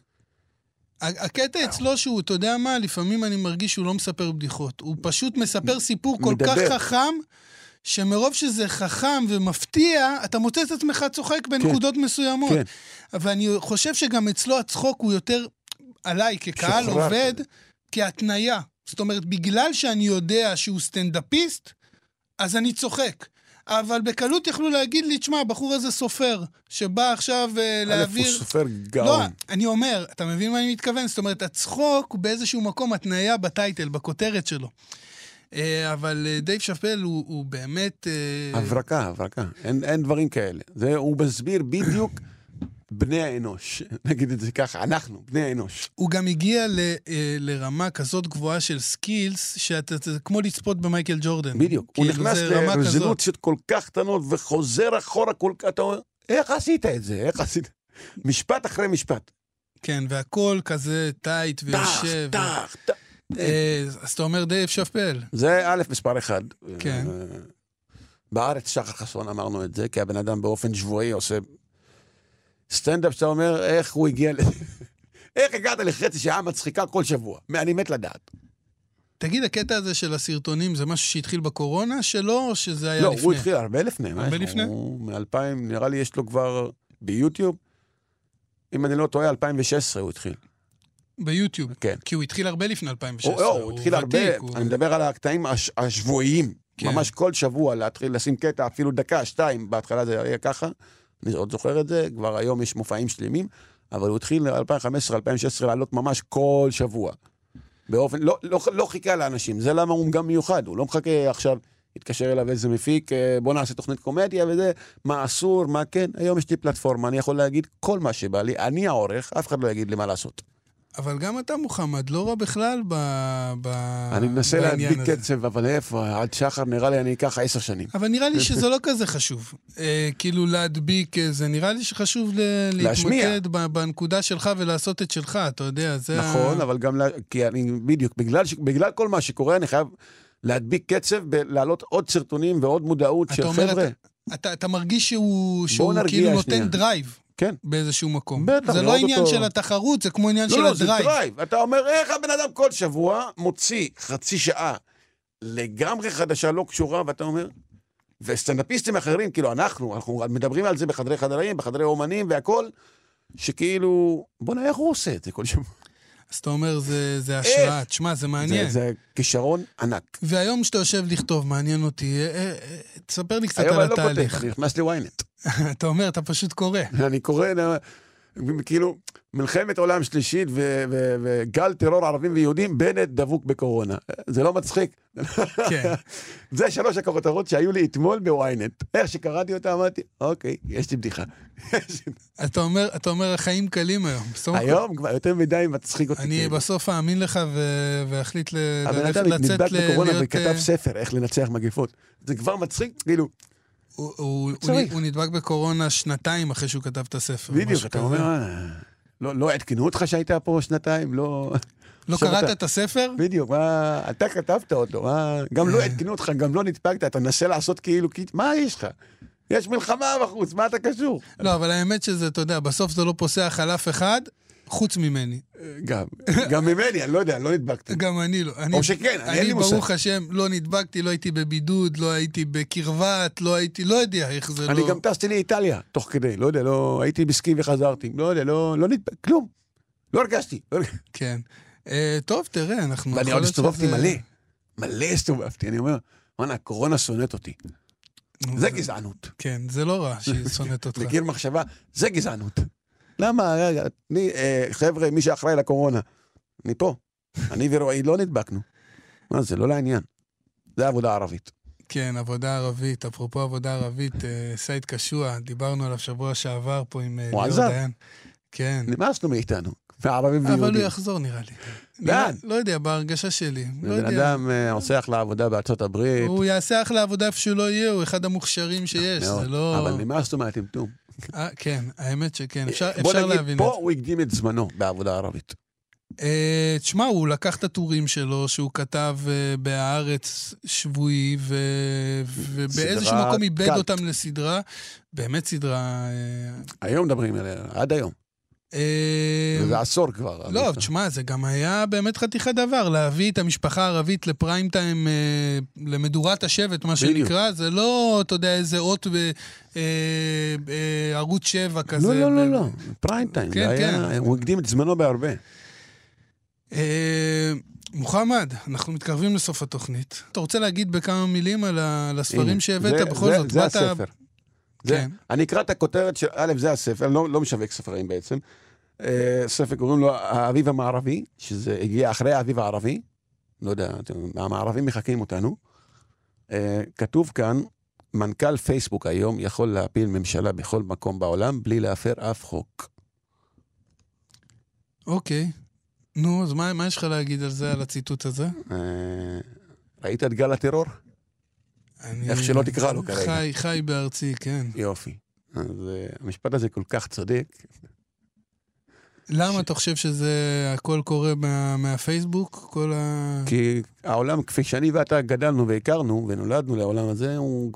[SPEAKER 3] הקטע אצלו שהוא, אתה יודע מה, לפעמים אני מרגיש שהוא לא מספר בדיחות, הוא פשוט מספר סיפור כל כך חכם, שמרוב שזה חכם ומפתיע, אתה מוצא את עצמך צוחק בנקודות מסוימות. אבל אני חושב שגם אצלו הצחוק הוא יותר עליי, כקהל עובד, כהתניה. זאת אומרת, בגלל שאני יודע שהוא סטנדאפיסט, אז אני צוחק. אבל בקלות יכלו להגיד לי, תשמע, הבחור הזה סופר, שבא עכשיו להעביר...
[SPEAKER 4] הוא סופר גאון.
[SPEAKER 3] לא, אני אומר, אתה מבין מה אני מתכוון? זאת אומרת, הצחוק הוא באיזשהו מקום התניה בטייטל, בכותרת שלו. אבל דייב שאפל הוא באמת...
[SPEAKER 4] הברקה. אין דברים כאלה. הוא מסביר בדיוק בני האנוש. נגיד את זה ככה, אנחנו, בני האנוש.
[SPEAKER 3] הוא גם הגיע לרמה כזאת גבוהה של סקילס, שאתה כמו לצפות במייקל ג'ורדן.
[SPEAKER 4] בדיוק. הוא נכנס לרזולוציות כל כך קטנות, וחוזר אחורה כל כך... אתה אומר, איך עשית את זה? איך עשית? משפט אחרי משפט.
[SPEAKER 3] כן, והכל כזה טייט ויושב.
[SPEAKER 4] תח.
[SPEAKER 3] אז אתה אומר דייב שאפל.
[SPEAKER 4] זה א' מספר 1.
[SPEAKER 3] כן.
[SPEAKER 4] בארץ שחר חסון אמרנו את זה, כי הבן אדם באופן שבועי עושה סטנדאפ שאתה אומר, איך הוא הגיע איך הגעת לחצי שעה מצחיקה כל שבוע? אני מת לדעת.
[SPEAKER 3] תגיד, הקטע הזה של הסרטונים, זה משהו שהתחיל בקורונה שלו, או שזה היה לפני?
[SPEAKER 4] לא, הוא התחיל הרבה לפני.
[SPEAKER 3] הרבה לפני?
[SPEAKER 4] הוא מ-2000, נראה לי יש לו כבר ביוטיוב, אם אני לא טועה, 2016 הוא התחיל.
[SPEAKER 3] ביוטיוב?
[SPEAKER 4] כן.
[SPEAKER 3] כי הוא התחיל הרבה לפני 2016.
[SPEAKER 4] הוא התחיל הרבה, אני מדבר על הקטעים השבועיים,
[SPEAKER 3] כן.
[SPEAKER 4] ממש כל שבוע להתחיל לשים קטע, אפילו דקה, 2, בהתחלה זה היה ככה, אני עוד זוכר את זה, כבר היום יש מופעים שלמים, אבל הוא התחיל ל-2015-2016 לעלות ממש כל שבוע. באופן, לא חיכה לאנשים, זה למה הוא גם מיוחד, הוא לא מחכה עכשיו, התקשר אליו איזה מפיק, בוא נעשה תוכנית קומדיה וזה, מה אסור, מה כן, היום יש לי פלטפורמה, אני יכול להגיד כל מה שבא לי, אני העורך, אף אחד לא יגיד לי מה לעשות.
[SPEAKER 3] אבל גם אתה, מוחמד, לא רע בכלל
[SPEAKER 4] אני מנסה להדביק קצב, אבל איפה? עד שחר נראה לי אני אקח 10 שנים.
[SPEAKER 3] אבל נראה לי שזה לא כזה חשוב. כאילו להדביק, זה נראה לי שחשוב להתמקד בנקודה שלך ולעשות את שלך, אתה יודע.
[SPEAKER 4] נכון, אבל גם, כי אני בדיוק, בגלל כל מה שקורה, אני חייב להדביק קצב, להעלות עוד סרטונים ועוד מודעות של חבר'ה.
[SPEAKER 3] אתה מרגיש שהוא כאילו נותן דרייב.
[SPEAKER 4] כן.
[SPEAKER 3] באיזשהו מקום.
[SPEAKER 4] בטח,
[SPEAKER 3] זה לא עניין של התחרות, זה כמו עניין של הדרייב.
[SPEAKER 4] לא, זה דרייב. אתה אומר, איך הבן אדם כל שבוע מוציא חצי שעה לגמרי חדשה, לא קשורה, ואתה אומר, וסטנדאפיסטים אחרים, כאילו אנחנו מדברים על זה בחדרי חדרים, בחדרי אומנים והכל, שכאילו, בוא נראה איך הוא עושה את זה כל שבוע.
[SPEAKER 3] אז אתה אומר, זה השראה, תשמע, זה מעניין.
[SPEAKER 4] זה כישרון ענק.
[SPEAKER 3] והיום שאתה יושב לכתוב, מעניין אותי, תספר לי קצת על התהליך.
[SPEAKER 4] היום אני לא כותב, אני נכנס לוויינט.
[SPEAKER 3] אתה אומר, אתה פשוט קורא.
[SPEAKER 4] אני קורא, כאילו, מלחמת עולם שלישית וגל טרור ערבים ויהודים, בנט דבוק בקורונה. זה לא מצחיק.
[SPEAKER 3] כן.
[SPEAKER 4] זה 3 הכותרות שהיו לי אתמול בוויינט. איך שקראתי אותה, אמרתי, אוקיי, יש לי בדיחה.
[SPEAKER 3] אתה אומר, החיים קלים היום.
[SPEAKER 4] היום כבר יותר מדי מצחיק אותי.
[SPEAKER 3] אני בסוף אאמין לך והחליט לצאת
[SPEAKER 4] אבל אתה נדבק בקורונה וכתב ספר, איך לנצח מגפות. זה כבר מצחיק, כאילו.
[SPEAKER 3] הוא נדבק בקורונה 2 אחרי שהוא כתב את הספר.
[SPEAKER 4] בדיוק, אתה אומר, לא עדכנו אותך שהייתה פה 2, לא
[SPEAKER 3] קראת את הספר?
[SPEAKER 4] בדיוק, אתה כתבת אותו, גם לא עדכנו אותך, גם לא נדפקת, אתה מנסה לעשות כאילו, מה יש לך? יש מלחמה בחוץ, מה אתה קשור?
[SPEAKER 3] לא, אבל האמת שזה, אתה יודע, בסוף זה לא פוסח על אף אחד, חוץ ממני.
[SPEAKER 4] גם ממני, אני לא יודע, לא נדבקתי.
[SPEAKER 3] גם אני לא.
[SPEAKER 4] או שכן, אני
[SPEAKER 3] ברוך השם, לא נדבקתי, לא הייתי בבידוד, לא הייתי בקרבת, לא יודע איך זה לא...
[SPEAKER 4] אני גם טסתי לאיטליה, תוך כדי, לא יודע, הייתי בסקי וחזרתי, לא יודע, לא נדבק, כלום. לא הרגשתי.
[SPEAKER 3] כן. טוב, תראה, אנחנו...
[SPEAKER 4] ואני עוד הסתובבתי מלא הסתובבתי, אני אומר, הקורונה שונאת אותי. זה גזענות.
[SPEAKER 3] כן, זה לא רע שהיא שונאת אותך.
[SPEAKER 4] מכיר מחשבה, זה גזענות. למה? חבר'ה, מי שאחראי לקורונה, אני פה. אני ורועי לא נדבקנו. מה זה? לא לעניין. זה עבודה ערבית.
[SPEAKER 3] כן, עבודה ערבית. אפרופו עבודה ערבית, סייד קשוע, דיברנו עליו שבוע שעבר פה עם ליאור דיין. כן.
[SPEAKER 4] נמאסנו מאיתנו. וערבים ויהודים.
[SPEAKER 3] אבל הוא יחזור נראה לי.
[SPEAKER 4] לאן?
[SPEAKER 3] לא יודע, בהרגשה שלי.
[SPEAKER 4] בן אדם עושה אחלה עבודה בארצות הברית.
[SPEAKER 3] הוא יעשה אחלה עבודה איפה שהוא לא יהיה, הוא אחד המוכשרים שיש.
[SPEAKER 4] אבל נמאסנו מהטמטום.
[SPEAKER 3] כן, האמת שכן, אפשר להבין את זה.
[SPEAKER 4] פה הוא הקדים את זמנו בעבודה ערבית.
[SPEAKER 3] תשמע, הוא לקח את הטורים שלו, שהוא כתב בהארץ שבועי, ובאיזשהו מקום איבד אותם לסדרה, באמת סדרה...
[SPEAKER 4] היום מדברים עליה, עד היום. זה עשור כבר.
[SPEAKER 3] לא, תשמע, זה גם היה באמת חתיכת דבר, להביא את המשפחה הערבית לפריים טיים, למדורת השבט, מה שנקרא, זה לא, אתה יודע, איזה אות בערוץ 7 כזה.
[SPEAKER 4] לא, פריים טיים, הוא הקדים את זמנו בהרבה.
[SPEAKER 3] מוחמד, אנחנו מתקרבים לסוף התוכנית. אתה רוצה להגיד בכמה מילים על הספרים שהבאת בכל זאת?
[SPEAKER 4] זה הספר. אני אקרא את הכותרת של, זה הספר, לא משווק ספרים בעצם. ספר קוראים לו האביב המערבי, שזה הגיע אחרי האביב הערבי. לא יודע, המערבים מחכים אותנו. כתוב כאן, מנכ"ל פייסבוק היום יכול להפיל ממשלה בכל מקום בעולם, בלי להפר אף חוק.
[SPEAKER 3] אוקיי. נו, אז מה יש לך להגיד על זה, על הציטוט הזה?
[SPEAKER 4] ראית את גל הטרור? איך שלא תקרא לו כרגע.
[SPEAKER 3] חי בארצי, כן.
[SPEAKER 4] יופי. אז המשפט הזה כל כך צודק.
[SPEAKER 3] למה אתה חושב שזה הכל קורה מהפייסבוק?
[SPEAKER 4] כי העולם, כפי שאני ואתה גדלנו והכרנו ונולדנו לעולם הזה, הוא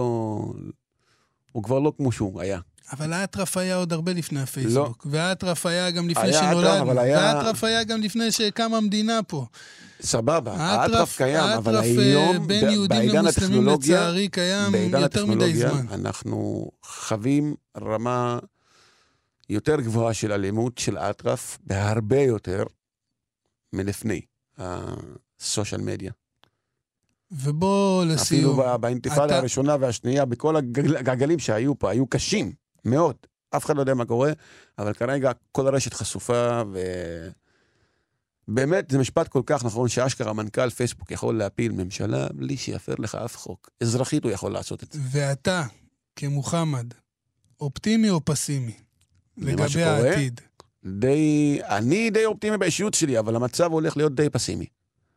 [SPEAKER 4] כבר לא כמו שהוא היה.
[SPEAKER 3] אבל האטרף היה עוד הרבה לפני הפייסבוק. והאטרף היה גם לפני שנולדנו. והאטרף היה גם לפני שקמה המדינה פה.
[SPEAKER 4] סבבה, האטרף קיים, אבל היום, בעידן הטכנולוגיה, אנחנו חווים רמה יותר גבוהה של אלימות של האטרף, בהרבה יותר מלפני הסושיאל מדיה.
[SPEAKER 3] ובוא לסיום.
[SPEAKER 4] אפילו באינתיפאדה הראשונה והשנייה, בכל הגלגלים שהיו פה, היו קשים מאוד. אף אחד לא יודע מה קורה, אבל כרגע כל הרשת חשופה, ובאמת זה משפט כל כך נכון, שאשכרה מנכ"ל פייסבוק יכול להפיל ממשלה, בלי שיפר לך אף חוק. אזרחית הוא יכול לעשות את זה.
[SPEAKER 3] ואתה, כמוחמד, אופטימי או פסימי? לגבי העתיד.
[SPEAKER 4] אני די אופטימי באישיות שלי, אבל המצב הולך להיות די פסימי.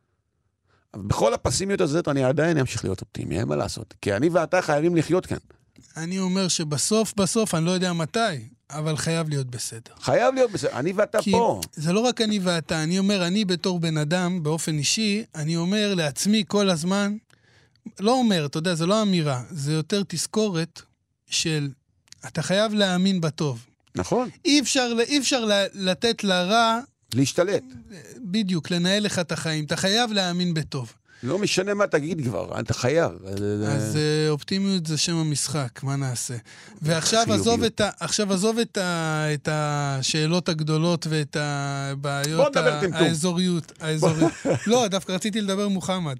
[SPEAKER 4] בכל הפסימיות הזאת אני עדיין אמשיך להיות אופטימי, אין מה לעשות. כי אני ואתה חייבים לחיות כאן.
[SPEAKER 3] אני אומר בסוף, אני לא יודע מתי, אבל חייב להיות בסדר.
[SPEAKER 4] חייב להיות בסדר, אני ואתה פה.
[SPEAKER 3] זה לא רק אני ואתה, אני אומר, אני בתור בן אדם, באופן אישי, אני אומר לעצמי כל הזמן, לא אומר, אתה יודע, זה לא אמירה, זה יותר תזכורת של, אתה חייב להאמין בטוב.
[SPEAKER 4] נכון.
[SPEAKER 3] אי אפשר לתת לרע...
[SPEAKER 4] להשתלט.
[SPEAKER 3] בדיוק, לנהל לך את החיים. אתה חייב להאמין בטוב.
[SPEAKER 4] לא משנה מה תגיד כבר, אתה חייב.
[SPEAKER 3] אז אופטימיות זה שם המשחק, מה נעשה? ועכשיו עזוב את השאלות הגדולות ואת הבעיות האזוריות. לא, דווקא רציתי לדבר מוחמד.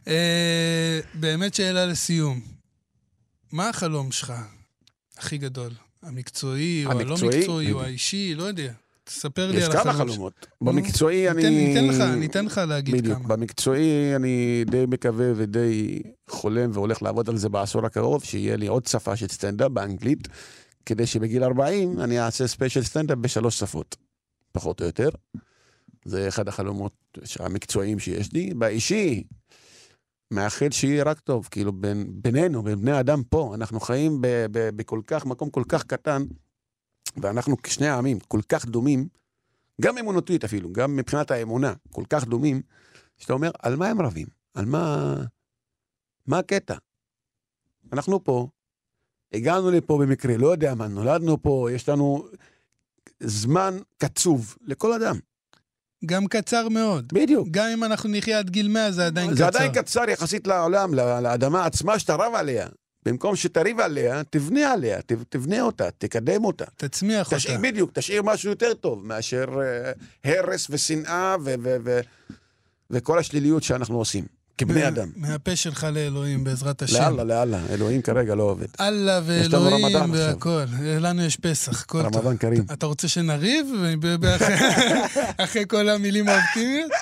[SPEAKER 3] באמת שאלה לסיום. מה החלום שלך הכי גדול? המקצועי או הלא מקצועי או האישי? לא יודע. תספר לי על החלום. יש כמה חלומות.
[SPEAKER 4] במקצועי
[SPEAKER 3] ניתן לך להגיד
[SPEAKER 4] בדיוק,
[SPEAKER 3] כמה.
[SPEAKER 4] במקצועי אני די מקווה ודי חולם והולך לעבוד על זה בעשור הקרוב, שיהיה לי עוד שפה של סטנדאפ באנגלית, כדי שבגיל 40 אני אעשה ספיישל סטנדאפ ב3 שפות, פחות או יותר. זה אחד החלומות המקצועיים שיש לי. באישי, מאחל שיהיה רק טוב, כאילו בינינו, בין בני האדם פה, אנחנו חיים בכל כך, מקום כל כך קטן, ואנחנו כשני העמים כל כך דומים, גם אמונותית אפילו, גם מבחינת האמונה, כל כך דומים, שאתה אומר, על מה הם רבים? על מה הקטע? אנחנו פה, הגענו לפה במקרה, לא יודע מה, נולדנו פה, יש לנו זמן קצוב לכל אדם.
[SPEAKER 3] גם קצר מאוד.
[SPEAKER 4] בדיוק.
[SPEAKER 3] גם אם אנחנו נחיה עד גיל 100, זה עדיין קצר.
[SPEAKER 4] זה עדיין קצר יחסית לעולם, לאדמה עצמה שאתה רב עליה. במקום שתריב עליה, תבנה עליה, תבנה אותה, תקדם אותה.
[SPEAKER 3] תצמיח אותה.
[SPEAKER 4] בדיוק, תשאיר משהו יותר טוב, מאשר הרס ושנאה וכל השליליות שאנחנו עושים, כבני אדם.
[SPEAKER 3] מהפה שלך לאלוהים, בעזרת השם.
[SPEAKER 4] לאללה, אלוהים כרגע לא עובד.
[SPEAKER 3] אללה ואלוהים והכל. לנו יש פסח, כל טוב.
[SPEAKER 4] רמדאן קרים.
[SPEAKER 3] אתה רוצה שנריב? אחרי כל המילים האופטימיות?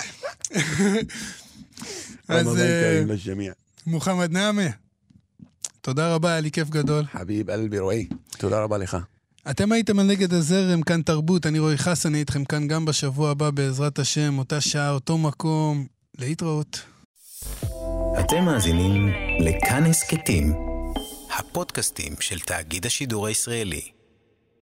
[SPEAKER 4] רמדאן קרים לג'מיע.
[SPEAKER 3] מוחמד נעמה. תודה רבה, היה לי כיף גדול.
[SPEAKER 4] חביב אלבי רועי, תודה רבה לך.
[SPEAKER 3] אתם הייתם על נגד הזרם, כאן תרבות, אני רועי חסן, אני איתכם כאן גם בשבוע הבא בעזרת השם, אותה שעה, אותו מקום, להתראות.
[SPEAKER 1] אתם מאזינים לכאן הסכתים, הפודקאסטים של תאגיד השידור הישראלי.